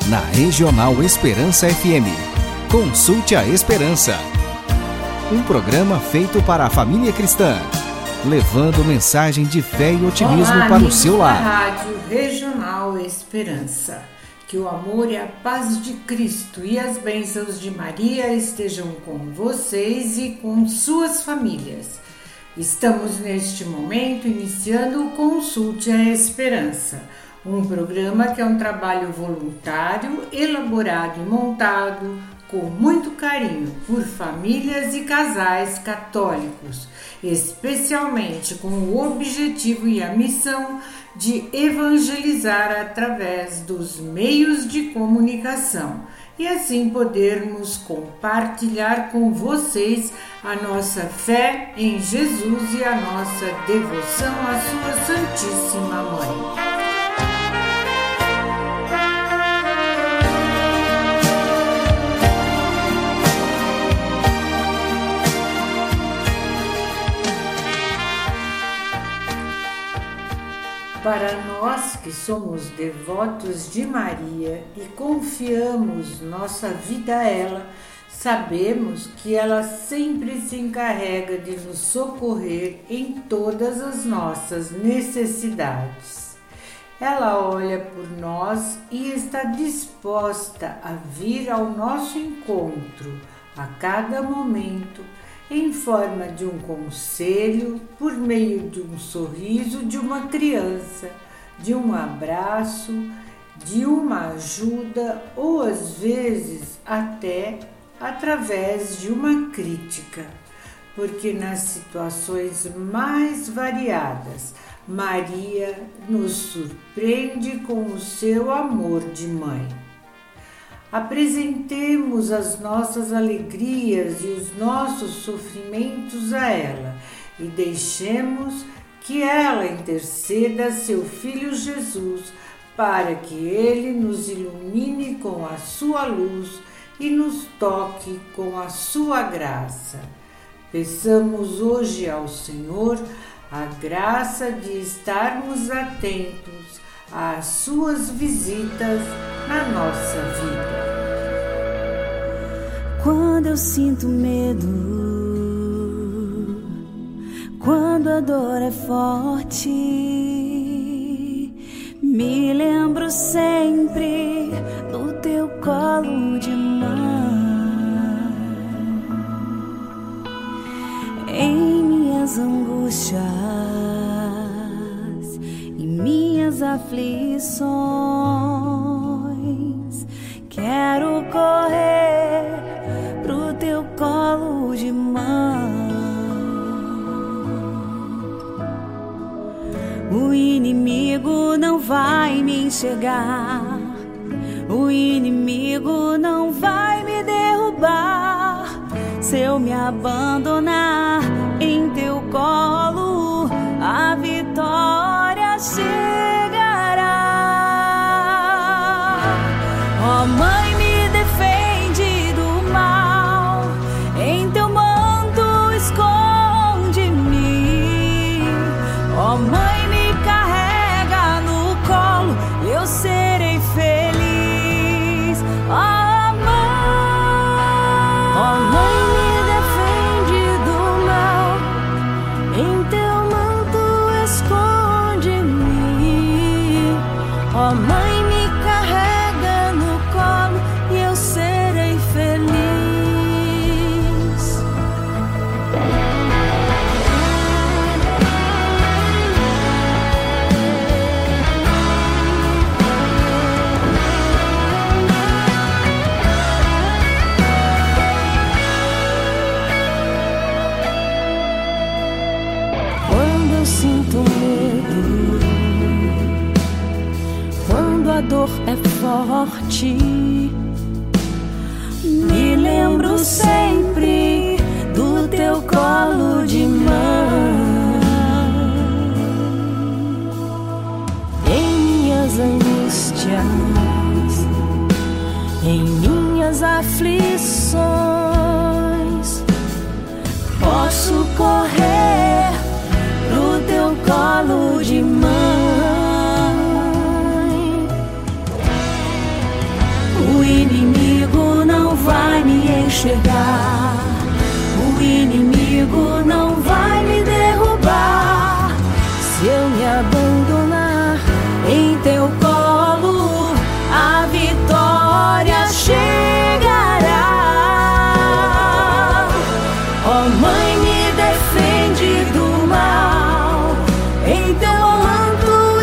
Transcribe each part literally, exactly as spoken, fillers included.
na Regional Esperança F M. Consulte a Esperança. Um programa feito para a família cristã, levando mensagem de fé e otimismo Olá, para o seu lar. Da Rádio Regional Esperança. Que o amor e a paz de Cristo e as bênçãos de Maria estejam com vocês e com suas famílias. Estamos neste momento iniciando o Consulte a Esperança, um programa que é um trabalho voluntário, elaborado e montado com muito carinho por famílias e casais católicos, especialmente com o objetivo e a missão de evangelizar através dos meios de comunicação e assim podermos compartilhar com vocês a nossa fé em Jesus e a nossa devoção à sua Santíssima Mãe. Para nós que somos devotos de Maria e confiamos nossa vida a ela, sabemos que ela sempre se encarrega de nos socorrer em todas as nossas necessidades. Ela olha por nós e está disposta a vir ao nosso encontro a cada momento, em forma de um conselho, por meio de um sorriso de uma criança, de um abraço, de uma ajuda ou às vezes até através de uma crítica, porque nas situações mais variadas, Maria nos surpreende com o seu amor de mãe. Apresentemos as nossas alegrias e os nossos sofrimentos a ela e deixemos que ela interceda a seu Filho Jesus para que ele nos ilumine com a sua luz e nos toque com a sua graça. Peçamos hoje ao Senhor a graça de estarmos atentos às suas visitas na nossa vida. Quando eu sinto medo, quando a dor é forte, me lembro sempre do teu colo de mãe. Em minhas angústias, minhas aflições, quero correr pro teu colo de mãe. O inimigo não vai me enxergar, o inimigo não vai me derrubar. Se eu me abandonar em teu colo, a vitória chegará. Ó Mãe, me defende do mal, em teu manto esconde-me. Ó Mãe, me carrega no colo, eu serei feliz. Ó Mãe, ó Mãe, me defende do mal, em teu manto esconde-me. Ó Mãe, me carrega no colo e eu serei feliz. Quando eu sinto medo, quando a dor é forte, me lembro sempre do teu colo de mãe. Em minhas angústias, em minhas aflições, posso correr pro teu colo de mãe. chegar. O inimigo não vai me derrubar. Se eu me abandonar em teu colo, a vitória chegará. Ó oh, Mãe, me defende do mal, em teu manto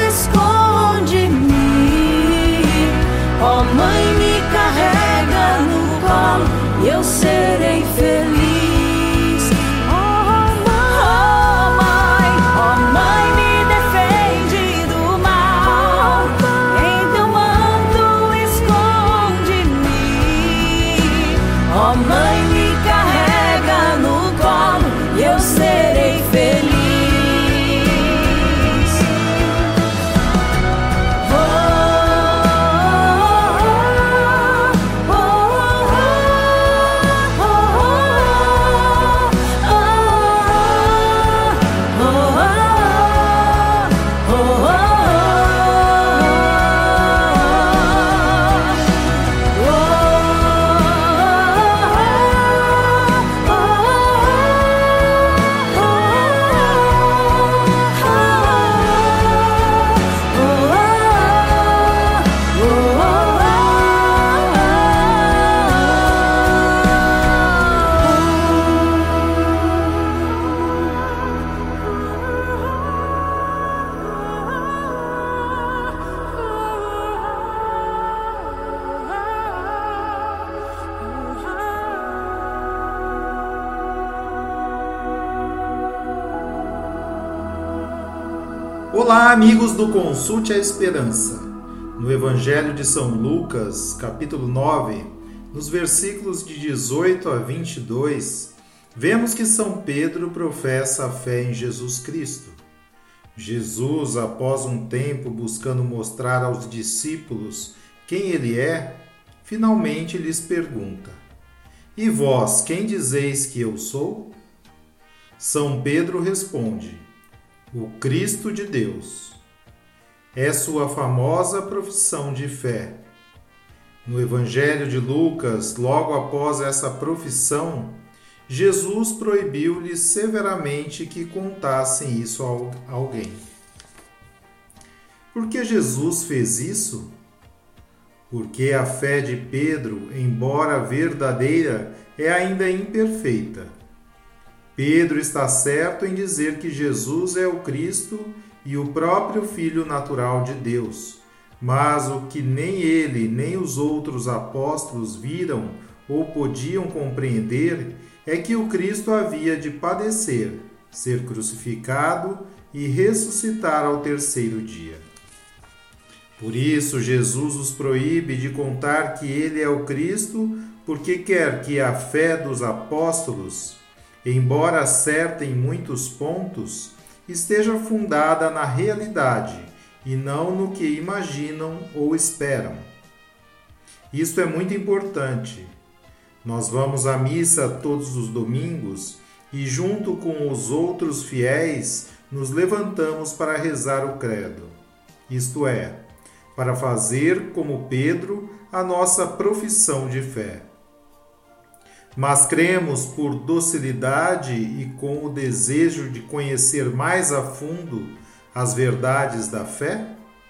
esconde-me. Ó oh, Mãe, me carrega no colo e eu serei feliz. Olá, amigos do Consulte a Esperança. No Evangelho de São Lucas, capítulo nove, nos versículos de dezoito a vinte e dois, vemos que São Pedro professa a fé em Jesus Cristo. Jesus, após um tempo buscando mostrar aos discípulos quem ele é, finalmente lhes pergunta: E vós, quem dizeis que eu sou? São Pedro responde: O Cristo de Deus. É sua famosa profissão de fé. No Evangelho de Lucas, logo após essa profissão, Jesus proibiu-lhes severamente que contassem isso a alguém. Por que Jesus fez isso? Porque a fé de Pedro, embora verdadeira, é ainda imperfeita. Pedro está certo em dizer que Jesus é o Cristo e o próprio Filho natural de Deus, mas o que nem ele nem os outros apóstolos viram ou podiam compreender é que o Cristo havia de padecer, ser crucificado e ressuscitar ao terceiro dia. Por isso, Jesus os proíbe de contar que ele é o Cristo, porque quer que a fé dos apóstolos, embora certa em muitos pontos, esteja fundada na realidade e não no que imaginam ou esperam. Isto é muito importante. Nós vamos à missa todos os domingos e, junto com os outros fiéis, nos levantamos para rezar o credo. Isto é, para fazer, como Pedro, a nossa profissão de fé. Mas cremos por docilidade e com o desejo de conhecer mais a fundo as verdades da fé?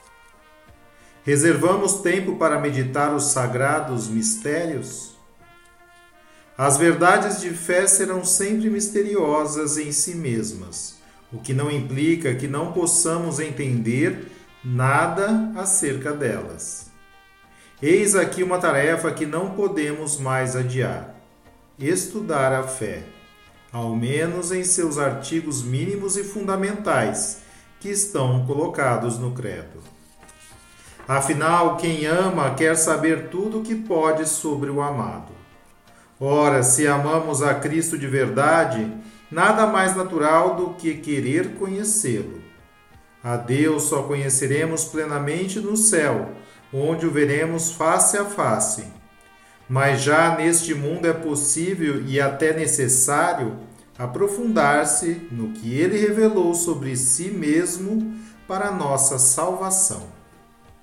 Reservamos tempo para meditar os sagrados mistérios? As verdades de fé serão sempre misteriosas em si mesmas, o que não implica que não possamos entender nada acerca delas. Eis aqui uma tarefa que não podemos mais adiar: estudar a fé, ao menos em seus artigos mínimos e fundamentais, que estão colocados no credo. Afinal, quem ama quer saber tudo o que pode sobre o amado. Ora, se amamos a Cristo de verdade, nada mais natural do que querer conhecê-lo. A Deus só conheceremos plenamente no céu, onde o veremos face a face. Mas já neste mundo é possível e até necessário aprofundar-se no que ele revelou sobre si mesmo para nossa salvação.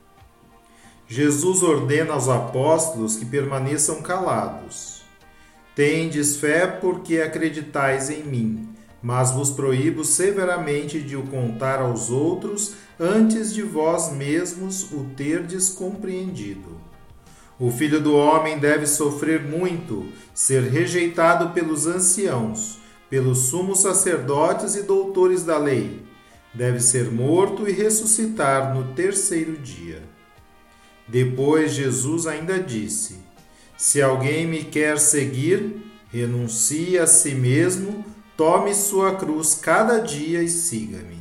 Jesus ordena aos apóstolos que permaneçam calados. Tendes fé porque acreditais em mim, mas vos proíbo severamente de o contar aos outros antes de vós mesmos o terdes compreendido. O Filho do Homem deve sofrer muito, ser rejeitado pelos anciãos, pelos sumos sacerdotes e doutores da lei. Deve ser morto e ressuscitar no terceiro dia. Depois Jesus ainda disse: Se alguém me quer seguir, renuncie a si mesmo, tome sua cruz cada dia e siga-me.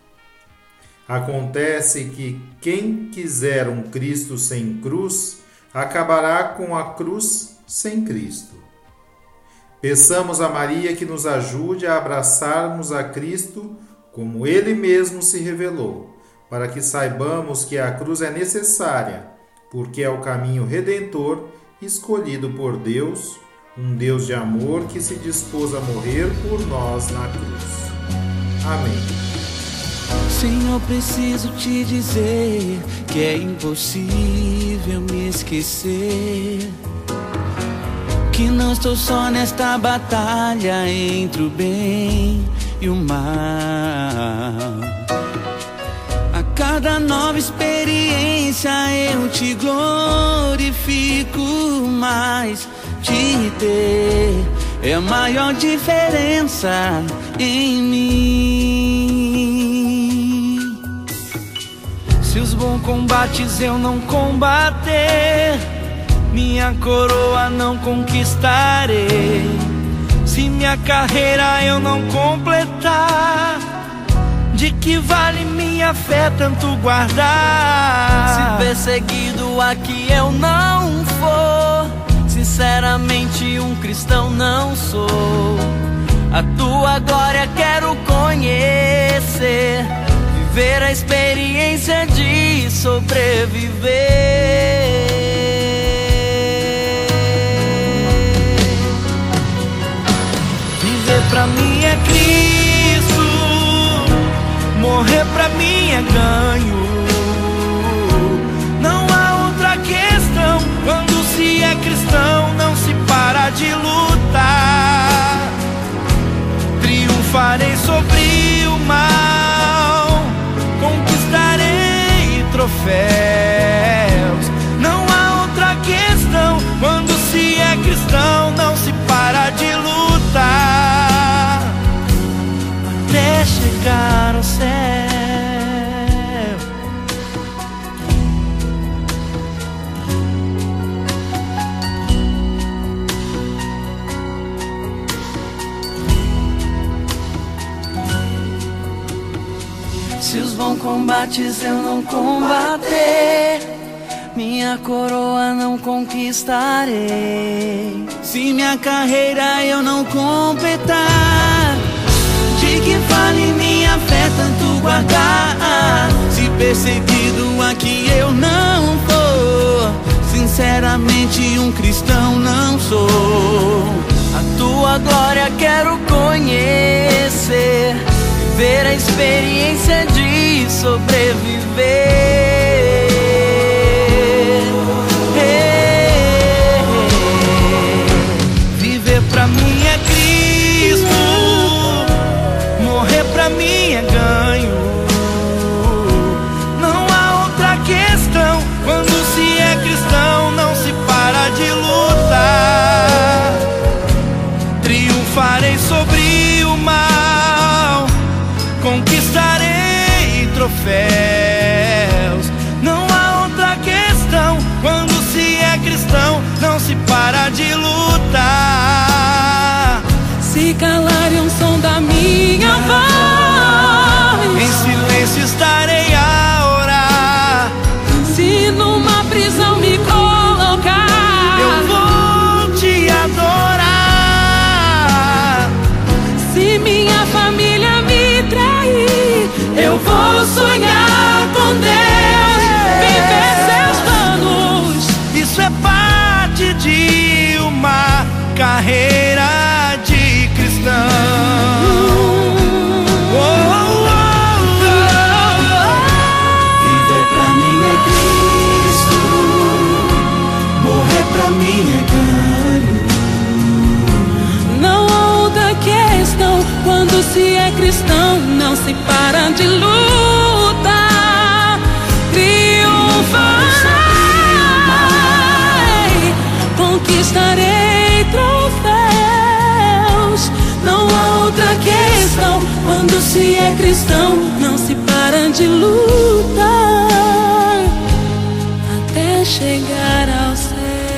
Acontece que quem quiser um Cristo sem cruz, acabará com a cruz sem Cristo. Peçamos a Maria que nos ajude a abraçarmos a Cristo como Ele mesmo se revelou, para que saibamos que a cruz é necessária, porque é o caminho redentor escolhido por Deus, um Deus de amor que se dispôs a morrer por nós na cruz. Amém. Senhor, preciso te dizer que é impossível me esquecer, que não estou só nesta batalha entre o bem e o mal. A cada nova experiência eu te glorifico mais. Te ter é a maior diferença em mim. Se os bons combates eu não combater, minha coroa não conquistarei. Se minha carreira eu não completar, de que vale minha fé tanto guardar? Se perseguido aqui eu não for, sinceramente um cristão não sou. A tua glória quero conhecer, viver a experiência de sobreviver. Viver pra mim é Cristo, morrer pra mim é ganho. Não há outra questão, quando se é cristão não se para de lutar. Triunfarei sobre o mal, conquistarei troféus. Não há outra questão, quando se é cristão não se para de lutar, até chegar ao céu. Se os bons combates eu não combater, minha coroa não conquistarei. Se minha carreira eu não completar, de que vale minha fé tanto guardar? Se perseguido aqui eu não for, sinceramente um cristão não sou. A tua glória quero conhecer, viver a experiência de sobreviver. Viver pra mim é Cristo, morrer pra mim é ganho. Não há outra questão, quando se é cristão não se para de lutar. Triunfarei sobre o mal, conquistarei troféus. Não há outra questão, quando se é cristão não se para de lutar. Se calarem o som da minha voz, em silêncio estarei a orar. se numa prisão me colocar, eu vou te adorar. se minha família me trair, eu vou sonhar com Deus, viver seus planos. Isso é parte de uma carreira de cristão. Oh, oh, oh, oh. Viver pra mim é Cristo, morrer pra mim é ganho. cristão não se para de lutar. Triunfarei, conquistarei troféus. Não há outra questão. Quando se é cristão, não se para de lutar até chegar ao céu.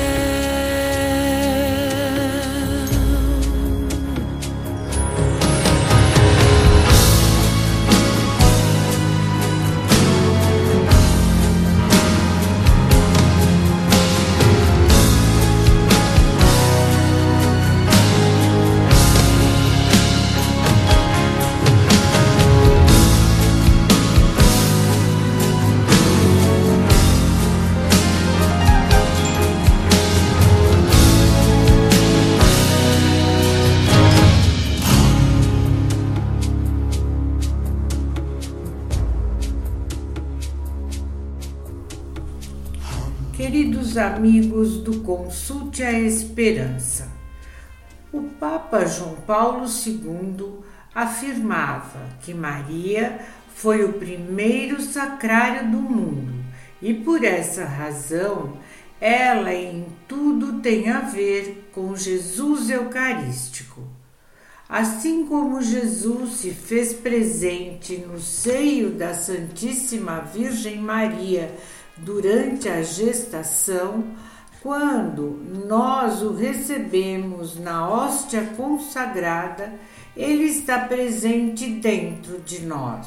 Queridos amigos do Consulte a Esperança, o Papa João Paulo segundo afirmava que Maria foi o primeiro sacrário do mundo e por essa razão ela em tudo tem a ver com Jesus Eucarístico. Assim como Jesus se fez presente no seio da Santíssima Virgem Maria durante a gestação, quando nós o recebemos na hóstia consagrada, ele está presente dentro de nós.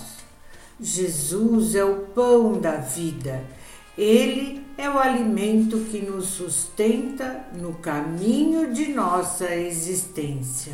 Jesus é o pão da vida. Ele é o alimento que nos sustenta no caminho de nossa existência.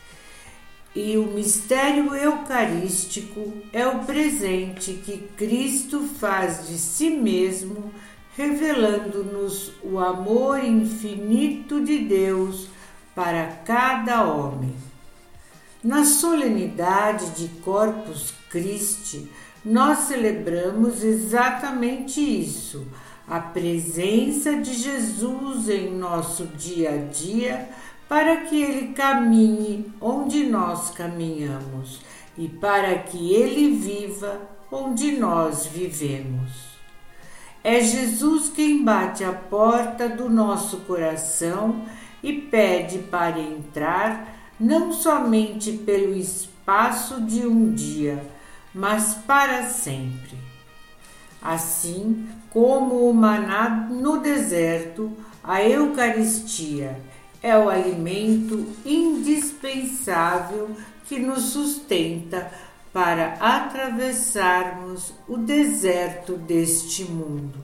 E o mistério eucarístico é o presente que Cristo faz de si mesmo, revelando-nos o amor infinito de Deus para cada homem. Na solenidade de Corpus Christi, nós celebramos exatamente isso, a presença de Jesus em nosso dia a dia, para que ele caminhe onde nós caminhamos e para que ele viva onde nós vivemos. É Jesus quem bate a porta do nosso coração e pede para entrar, não somente pelo espaço de um dia, mas para sempre. Assim como o maná no deserto, a Eucaristia é o alimento indispensável que nos sustenta para atravessarmos o deserto deste mundo.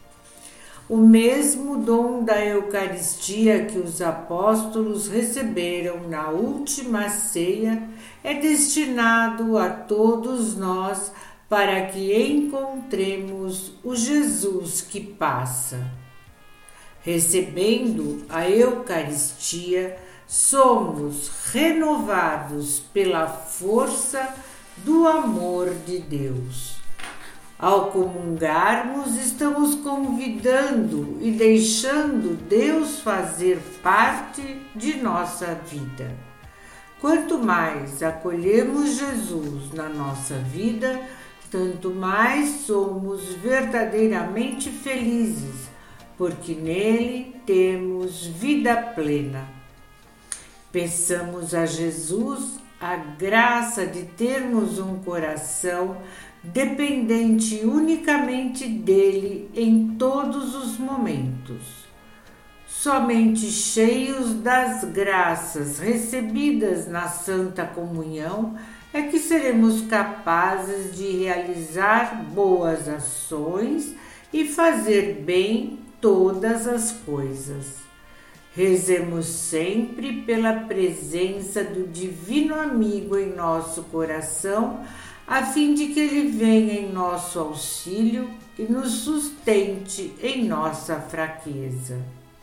O mesmo dom da Eucaristia que os apóstolos receberam na última ceia é destinado a todos nós para que encontremos o Jesus que passa. Recebendo a Eucaristia, somos renovados pela força do amor de Deus. Ao comungarmos, estamos convidando e deixando Deus fazer parte de nossa vida. Quanto mais acolhemos Jesus na nossa vida, tanto mais somos verdadeiramente felizes, porque nele temos vida plena. Peçamos a Jesus a graça de termos um coração dependente unicamente dele em todos os momentos. Somente cheios das graças recebidas na Santa Comunhão é que seremos capazes de realizar boas ações e fazer bem todas as coisas. Rezemos sempre pela presença do Divino Amigo em nosso coração, a fim de que ele venha em nosso auxílio e nos sustente em nossa fraqueza.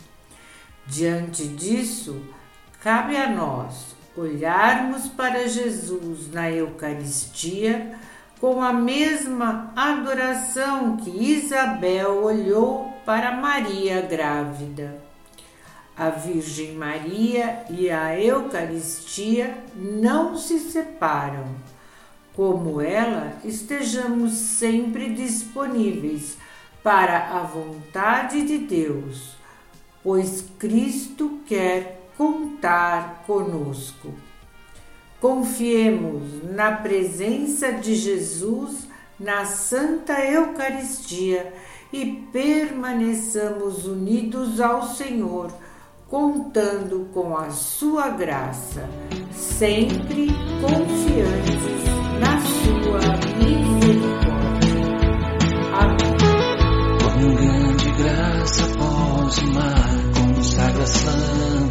Diante disso, cabe a nós olharmos para Jesus na Eucaristia com a mesma adoração que Isabel olhou para Maria grávida. A Virgem Maria e a Eucaristia não se separam. Como ela, estejamos sempre disponíveis para a vontade de Deus, pois Cristo quer contar conosco. Confiemos na presença de Jesus na Santa Eucaristia e permaneçamos unidos ao Senhor, contando com a sua graça, sempre confiantes na sua misericórdia. Amém. Com grande graça após uma consagração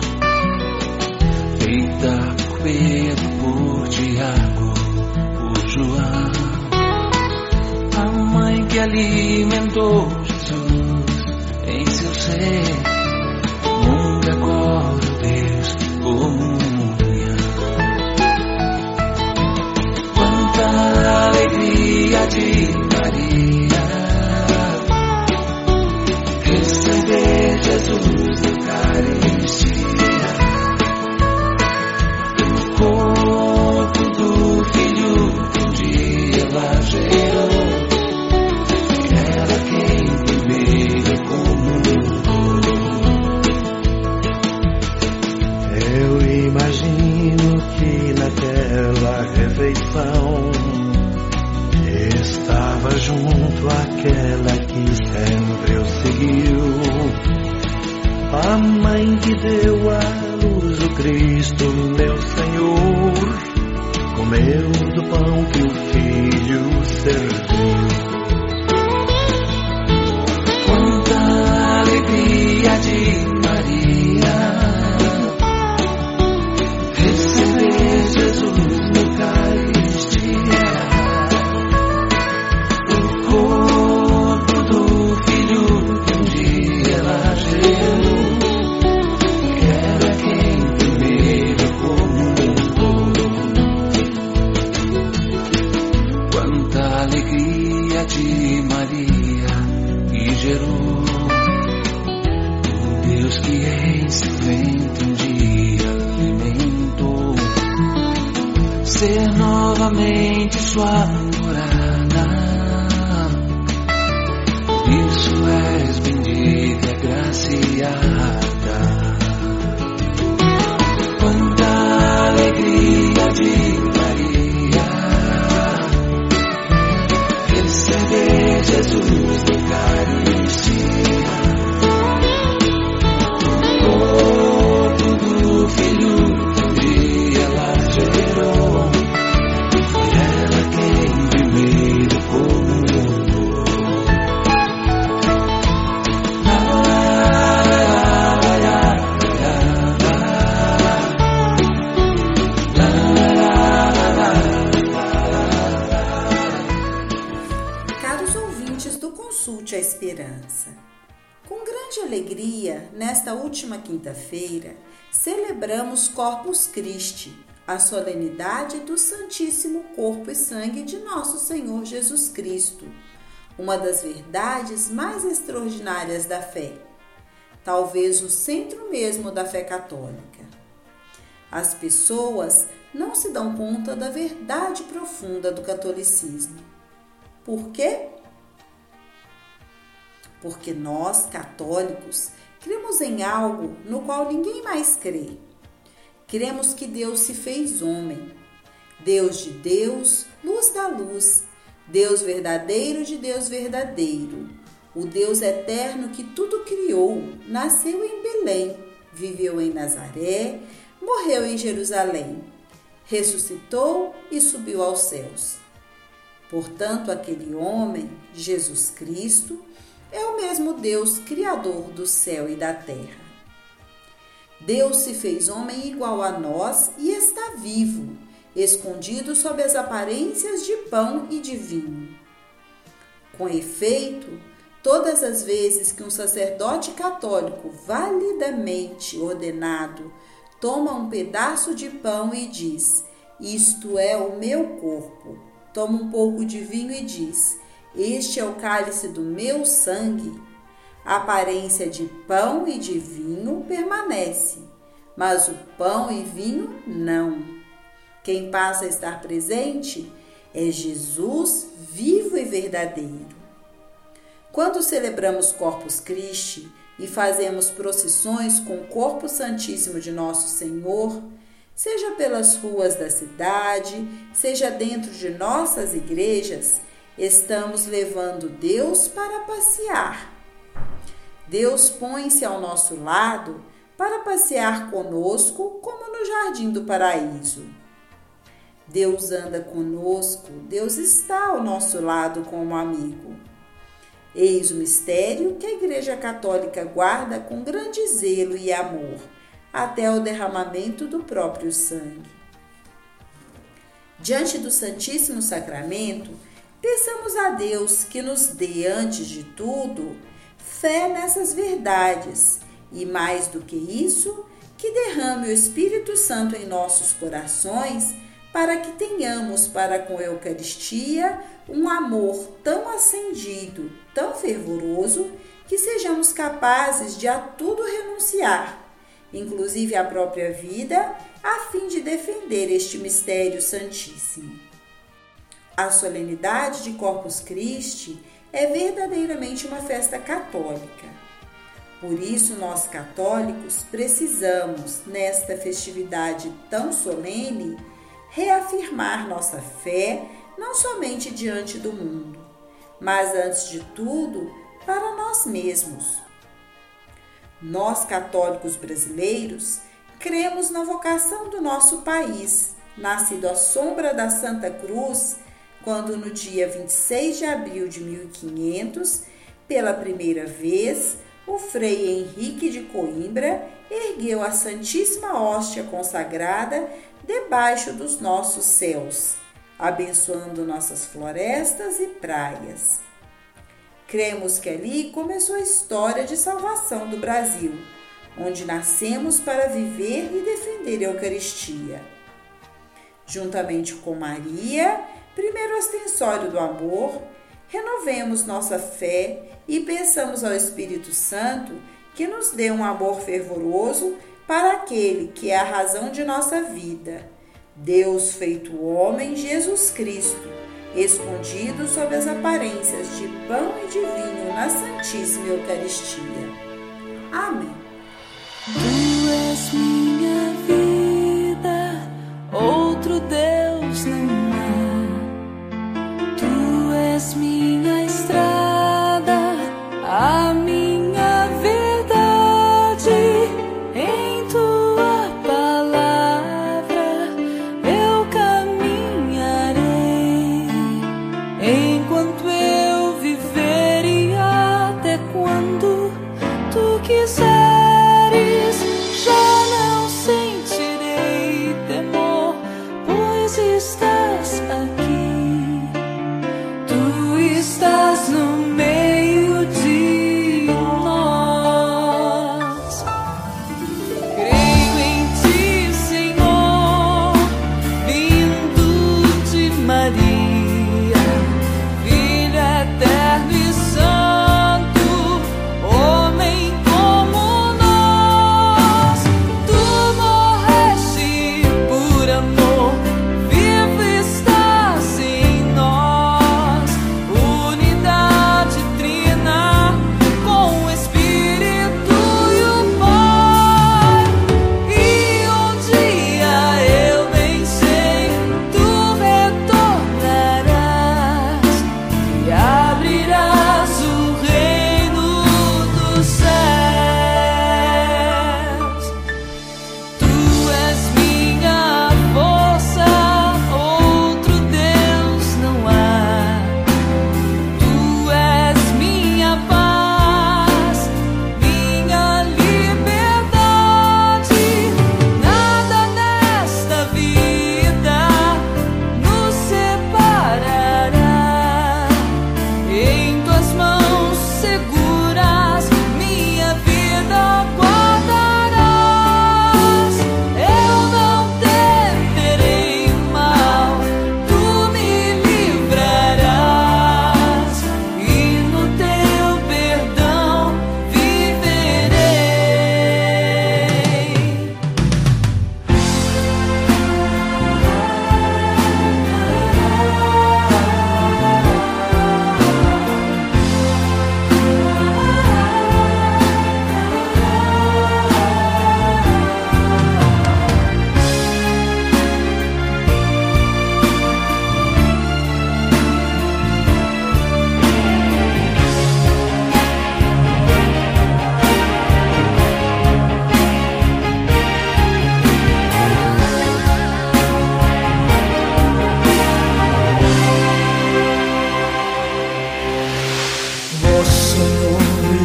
feita por Pedro, por Tiago, por João, a mãe que alimentou Jesus em seu ser, mundo agora Deus comunhão. Quanta alegria de Maria receber Jesus na Eucaristia, no corpo do Filho que um dia ela gerou. Ela quem primeiro comunhou. Eu imagino que naquela refeição estava junto àquela que sempre o seguiu, a mãe que deu à luz o Cristo, meu Senhor, comeu do pão que o Filho serviu. Quanta alegria de Maria receber Jesus na Eucaristia, o corpo do Filho que um dia ela gerou. Era quem primeiro comunhou. Quanta alegria de Maria que gerou o Deus que em seu ventre um dia alimentou. Ser novamente sua morada, por isso és bendita, agraciada. Quanta alegria de Maria receber Jesus na Eucaristia, o corpo do Filho que um dia ela gerou. Foi ela quem primeiro comunhou. Caros ouvintes do Consulte a Esperança, com grande alegria, nesta última quinta-feira, celebramos Corpus Christi, a solenidade do Santíssimo Corpo e Sangue de nosso Senhor Jesus Cristo, uma das verdades mais extraordinárias da fé, talvez o centro mesmo da fé católica. As pessoas não se dão conta da verdade profunda do catolicismo. Por quê? Porque nós, católicos, cremos em algo no qual ninguém mais crê. Cremos que Deus se fez homem, Deus de Deus, luz da luz, Deus verdadeiro de Deus verdadeiro, o Deus eterno que tudo criou, nasceu em Belém, viveu em Nazaré, morreu em Jerusalém, ressuscitou e subiu aos céus. Portanto, aquele homem, Jesus Cristo, é o mesmo Deus criador do céu e da terra. Deus se fez homem igual a nós e está vivo, escondido sob as aparências de pão e de vinho. Com efeito, todas as vezes que um sacerdote católico validamente ordenado toma um pedaço de pão e diz: "Isto é o meu corpo", toma um pouco de vinho e diz: "Este é o cálice do meu sangue", a aparência de pão e de vinho permanece, mas o pão e vinho não. Quem passa a estar presente é Jesus vivo e verdadeiro. Quando celebramos Corpus Christi e fazemos procissões com o Corpo Santíssimo de Nosso Senhor, seja pelas ruas da cidade, seja dentro de nossas igrejas, estamos levando Deus para passear. Deus põe-se ao nosso lado para passear conosco, como no Jardim do Paraíso. Deus anda conosco, Deus está ao nosso lado como amigo. Eis o mistério que a Igreja Católica guarda com grande zelo e amor, até o derramamento do próprio sangue. Diante do Santíssimo Sacramento, peçamos a Deus que nos dê, antes de tudo, fé nessas verdades e, mais do que isso, que derrame o Espírito Santo em nossos corações para que tenhamos para com a Eucaristia um amor tão acendido, tão fervoroso, que sejamos capazes de a tudo renunciar, inclusive a própria vida, a fim de defender este mistério santíssimo. A solenidade de Corpus Christi é verdadeiramente uma festa católica. Por isso, nós católicos precisamos, nesta festividade tão solene, reafirmar nossa fé não somente diante do mundo, mas antes de tudo para nós mesmos. Nós, católicos brasileiros, cremos na vocação do nosso país, nascido à sombra da Santa Cruz, quando no dia vinte e seis de abril de mil e quinhentos, pela primeira vez, o Frei Henrique de Coimbra ergueu a Santíssima Hóstia consagrada debaixo dos nossos céus, abençoando nossas florestas e praias. Cremos que ali começou a história de salvação do Brasil, onde nascemos para viver e defender a Eucaristia. Juntamente com Maria, primeiro ostensório do amor, renovemos nossa fé e peçamos ao Espírito Santo que nos dê um amor fervoroso para aquele que é a razão de nossa vida, Deus feito homem, Jesus Cristo, escondido sob as aparências de pão e de vinho na Santíssima Eucaristia. Amém. Tu és minha vida, outro Deus não há. Tu és minha estrada, a minha verdade. Em tua palavra eu caminharei, enquanto eu viver e até quando tu quiseres. Já não sentirei temor, pois estás aqui. Tu estás no meio de nós. Creio em ti, Senhor, vindo de Maria, Filho eterno e santo, homem como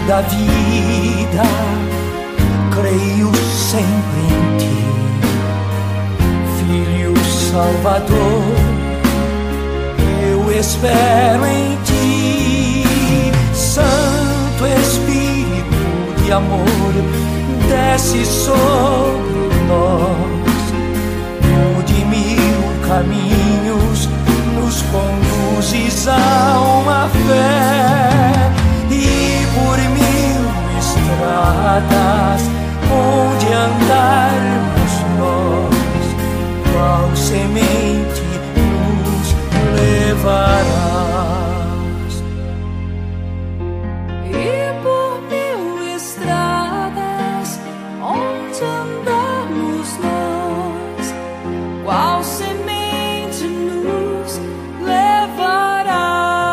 da vida, creio sempre em ti, Filho Salvador, eu espero em ti. Santo Espírito de amor, desce sobre nós, de mil caminhos nos conduzes a uma fé, e por mil estradas onde andarmos nós, qual semente nos levarás. E por mil estradas onde andarmos nós, qual semente nos levará.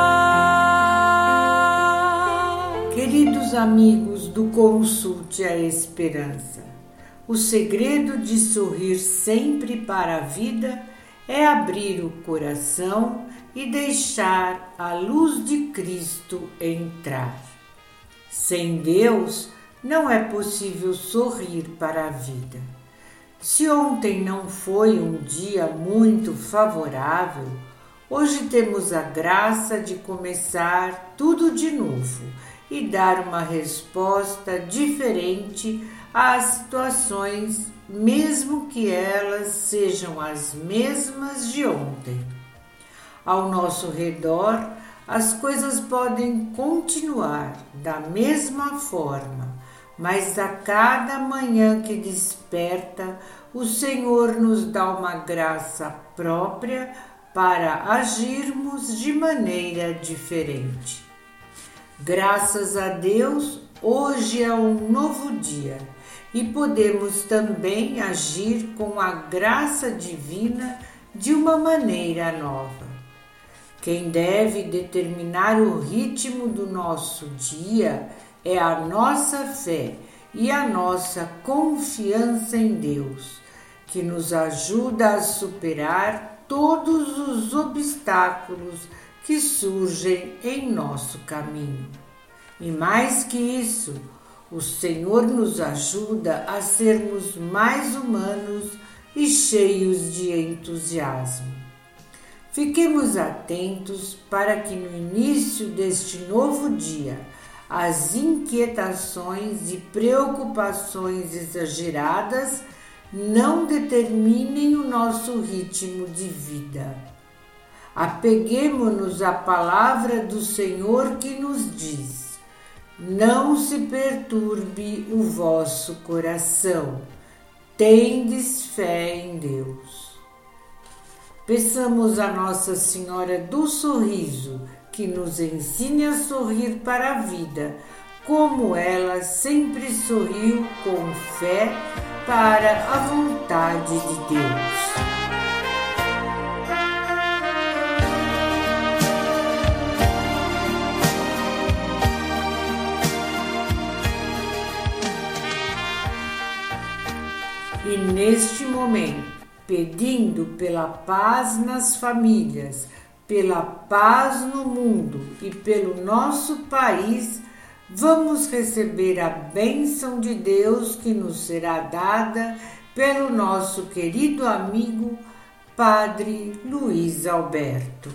Queridos amigos do Consulte a Esperança, o segredo de sorrir sempre para a vida é abrir o coração e deixar a luz de Cristo entrar. Sem Deus, não é possível sorrir para a vida. Se ontem não foi um dia muito favorável, hoje temos a graça de começar tudo de novo e dar uma resposta diferente às situações, mesmo que elas sejam as mesmas de ontem. Ao nosso redor, as coisas podem continuar da mesma forma, mas a cada manhã que desperta, o Senhor nos dá uma graça própria para agirmos de maneira diferente. Graças a Deus, hoje é um novo dia e podemos também agir com a graça divina de uma maneira nova. Quem deve determinar o ritmo do nosso dia é a nossa fé e a nossa confiança em Deus, que nos ajuda a superar todos os obstáculos que surgem em nosso caminho. E mais que isso, o Senhor nos ajuda a sermos mais humanos e cheios de entusiasmo. Fiquemos atentos para que no início deste novo dia, as inquietações e preocupações exageradas não determinem o nosso ritmo de vida. Apeguemo-nos à palavra do Senhor que nos diz: não se perturbe o vosso coração, tendes fé em Deus. Peçamos a Nossa Senhora do Sorriso que nos ensine a sorrir para a vida, como ela sempre sorriu com fé para a vontade de Deus. E neste momento, pedindo pela paz nas famílias, pela paz no mundo e pelo nosso país, vamos receber a bênção de Deus que nos será dada pelo nosso querido amigo Padre Luiz Alberto.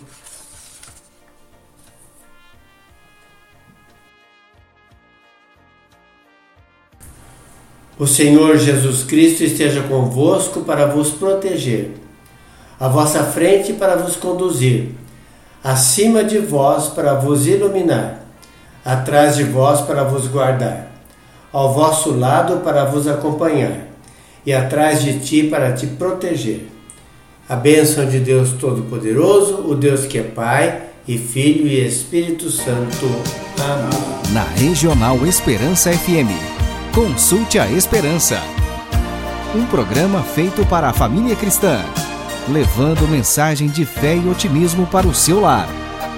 O Senhor Jesus Cristo esteja convosco para vos proteger, à vossa frente para vos conduzir, acima de vós para vos iluminar, atrás de vós para vos guardar, ao vosso lado para vos acompanhar, e atrás de ti para te proteger. A bênção de Deus Todo-Poderoso, o Deus que é Pai, e Filho e Espírito Santo. Amém. Na Regional Esperança F M, Consulte a Esperança. Um programa feito para a família cristã, levando mensagem de fé e otimismo para o seu lar.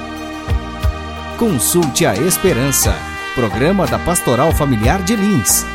Consulte a Esperança, programa da Pastoral Familiar de Lins.